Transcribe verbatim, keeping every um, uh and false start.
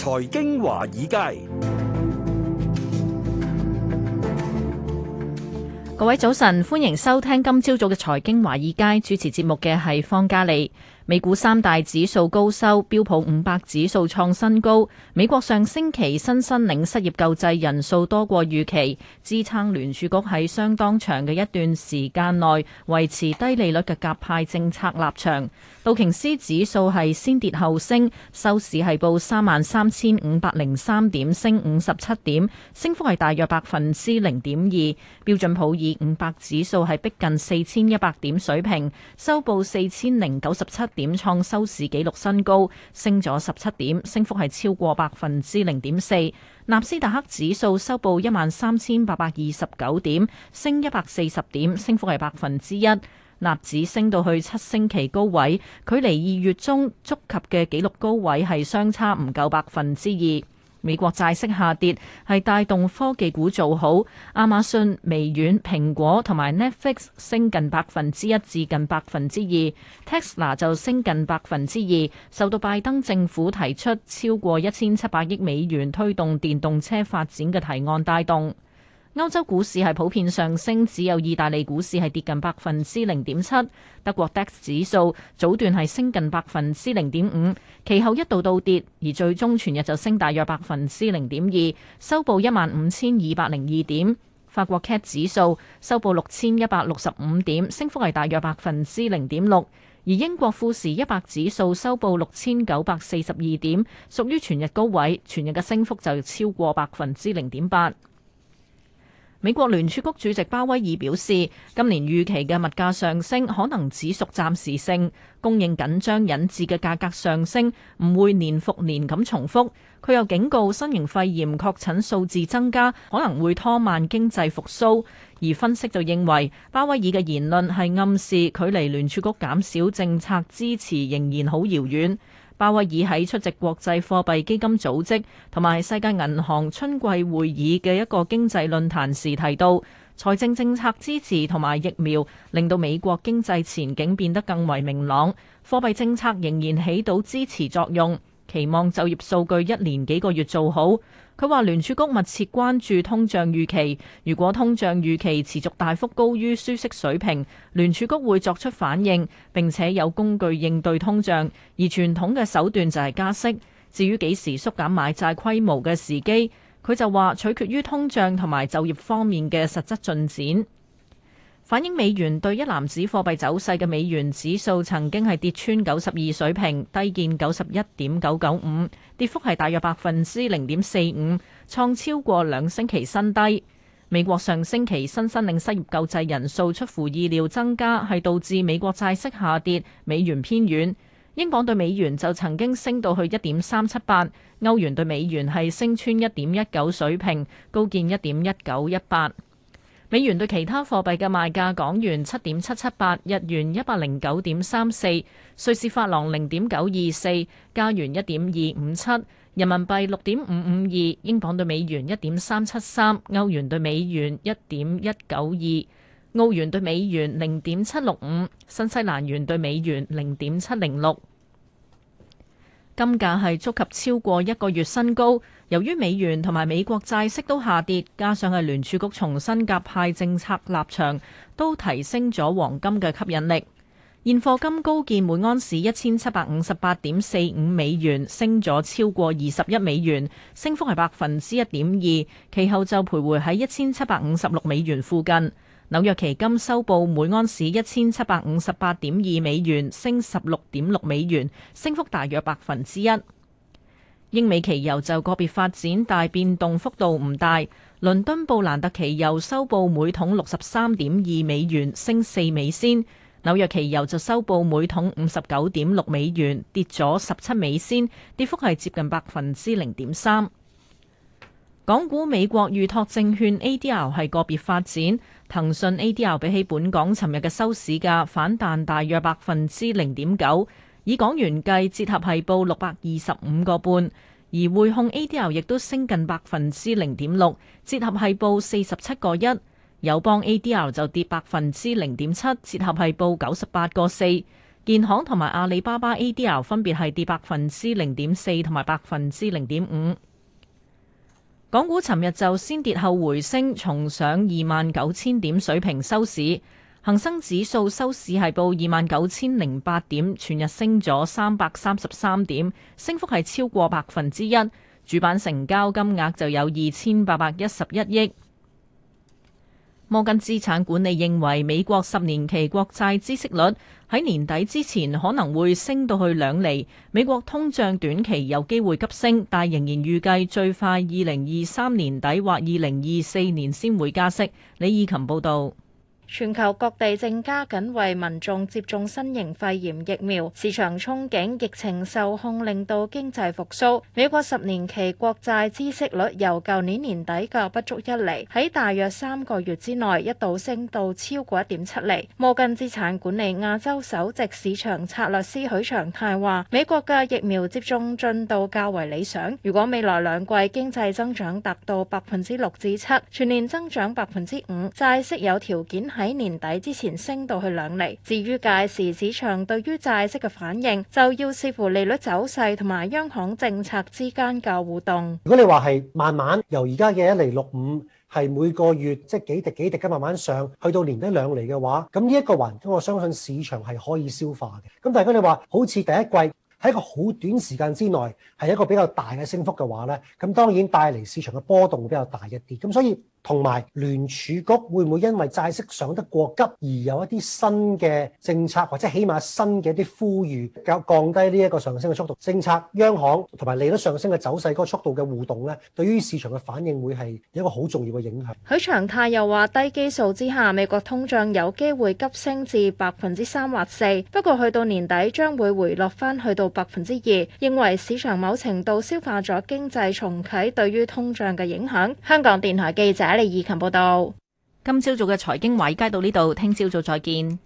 財經華爾街， 各位早晨，歡迎收聽今朝早嘅財經華爾街，主持節目嘅係方嘉利。美股三大指數高收，標普五百指數創新高。美國上星期新申領失業救濟人數多過預期，支撐聯儲局喺相當長嘅一段時間內維持低利率嘅鴿派政策立場。道瓊斯指數係先跌後升，收市係報三萬三千五百零三點，升五十七點，升幅係大約百分之零點二。標準普爾五百指數係逼近四千一百點水平，收報四千零九十七點，創收市紀錄新高，升咗十七點，升幅係超過百分之零點四。納斯達克指數收報一萬三千八百二十九點，升一百四十點，升幅係百分之一。納指升到去七星期高位，距離二月中觸及嘅紀錄高位係相差唔夠百分之二。美國債息下跌係帶動科技股做好，亞馬遜、微軟、蘋果同埋 Netflix 升近百分之一至近百分之二 ，Tesla 就升近百分之二，受到拜登政府提出超過一千七百億美元推動電動車發展嘅提案帶動。歐洲股市係普遍上升，只有意大利股市係跌近百分之零點七。德國 D A X 指數早段係升近百分之零點五，其後一度倒跌，而最終全日就升大約百分之零點二，收報一萬五千二百零二點。法國 C A C 指數收報六千一百六十五點，升幅係大約百分之零點六。而英國富時一百指數收報六千九百四十二點，屬於全日高位，全日嘅升幅就超過百分之零點八。美國聯儲局主席鮑威爾表示，今年預期嘅物價上升可能只屬暫時性，供應緊張引致嘅價格上升唔會年復年咁重複。佢又警告，新型肺炎確診數字增加可能會拖慢經濟復甦。而分析就認為，鮑威爾嘅言論係暗示距離聯儲局減少政策支持仍然好遙遠。鮑威爾喺出席國際貨幣基金組織同埋世界銀行春季會議嘅一個經濟論壇時提到，財政政策支持同埋疫苗令到美國經濟前景變得更為明朗，貨幣政策仍然起到支持作用，期望就業數據一連幾個月做好。佢話聯儲局密切關注通脹預期，如果通脹預期持續大幅高於舒適水平，聯儲局會作出反應，並且有工具應對通脹，而傳統嘅手段就係加息。至於幾時縮減買債規模嘅時機，佢就話取決於通脹同埋就業方面嘅實質進展。反映美元對一籃子貨幣走勢嘅美元指數曾經係跌穿九十二水平，低見九十一點九九五，跌幅係大約百分之零點四五，創超過兩星期新低。美國上星期新申領失業救濟人數出乎意料增加，係導致美國債息下跌，美元偏軟。英鎊對美元就曾經升到去一點三七八，歐元對美元係升穿一點一九水平，高見一點一九一八。美元對其他貨幣嘅賣價：港元七點七七八，日元一百零九點三四，瑞士法郎零點九二四，加元一點二五七，人民幣六點五五二，英鎊對美元一點三七三，歐元對美元一點一九二，澳元對美元零點七六五，新西蘭元對美元零點七零六。金價係觸及超過一個月新高，由於美元同埋美國債息都下跌，加上係聯儲局重新鴿派政策立場，都提升咗黃金嘅吸引力。現貨金高見每盎司一千七百五十八點四五美元，升咗超過二十一美元，升幅係百分之一點二，其後就徘徊喺一千七百五十六美元附近。紐約期金收報每盎司一千七百五十八點二美元，升十六點六美元，升幅大約百分之一。英美期油就個別發展，大變動幅度唔大。倫敦布蘭特期油收報每桶六十三點二美元，升四美仙。紐約期油就收報每桶五十九點六美元，跌咗十七美仙，跌幅係接近百分之零點三。港股美國預託證券 A D R 係個別發展，騰訊 A D R 比起本港尋日嘅收市價反彈大約百分之零點九，以港元計，折合係報六百二十五個半。而匯控 A D R 亦都升近百分之零點六，折合係報四十七個一。友邦 A D R 就跌百分之零點七，折合係報九十八個四。 建行同埋阿里巴巴 A D R 分別係跌百分之零點四同埋百分之零點五。港股尋日就先跌後回升，重上二萬九千點水平收市。恒生指數收市係報二萬九千零八點，全日升咗三百三十三點，升幅係超過百分之一。主板成交金額就有二千八百一十一億。摩根資產管理認為，美國十年期國債孳息率喺年底之前可能會升到去兩厘，美國通脹短期有機會急升，但仍然預計最快二零二三年底或二零二四年先會加息。李以琴報導。 全球各地正加緊為民眾接種新型肺炎疫苗，市場憧憬疫情受控令到經濟復甦。美國十年期國債孳息率由舊年年底嘅不足一厘，喺大約三個月之內一度升到超過一點七厘。摩根資產管理亞洲首席市場策略師許長泰話：美國嘅疫苗接種進度較為理想，如果未來兩季經濟增長達到百分之六至七，全年增長百分之五，債息有條件喺年底之前升到去兩厘。至於屆時市場對於債息嘅反應，就要視乎利率走勢同埋央行政策之間嘅互動。 如果你話係慢慢由而家嘅一厘六五，係每個月即係幾滴幾滴咁慢慢上去到年底兩厘嘅話，咁呢一個環境我相信市場係可以消化嘅。咁但係如果你話好似第一季喺一個好短時間之內係一個比較大嘅升幅嘅話咧，咁當然帶嚟市場嘅波動會比較大一啲。咁所以同埋聯儲局會唔會因為債息上得過急而有一啲新嘅政策，或者起碼新嘅一啲呼籲，降低呢一個上升嘅速度？政策、央行同埋利率上升嘅走勢嗰個速度嘅互動咧，對於市場嘅反應會係有一個好重要嘅影響。 許長泰又話：低基數之下，美國通脹有機會急升至百分之三或四，不過去到年底將會回落翻去到百分之二。認為市場某程度消化咗經濟重啟對於通脹嘅影響。香港電台記者李以琴報道。 今朝早嘅財經華爾街到呢度，聽朝早再見。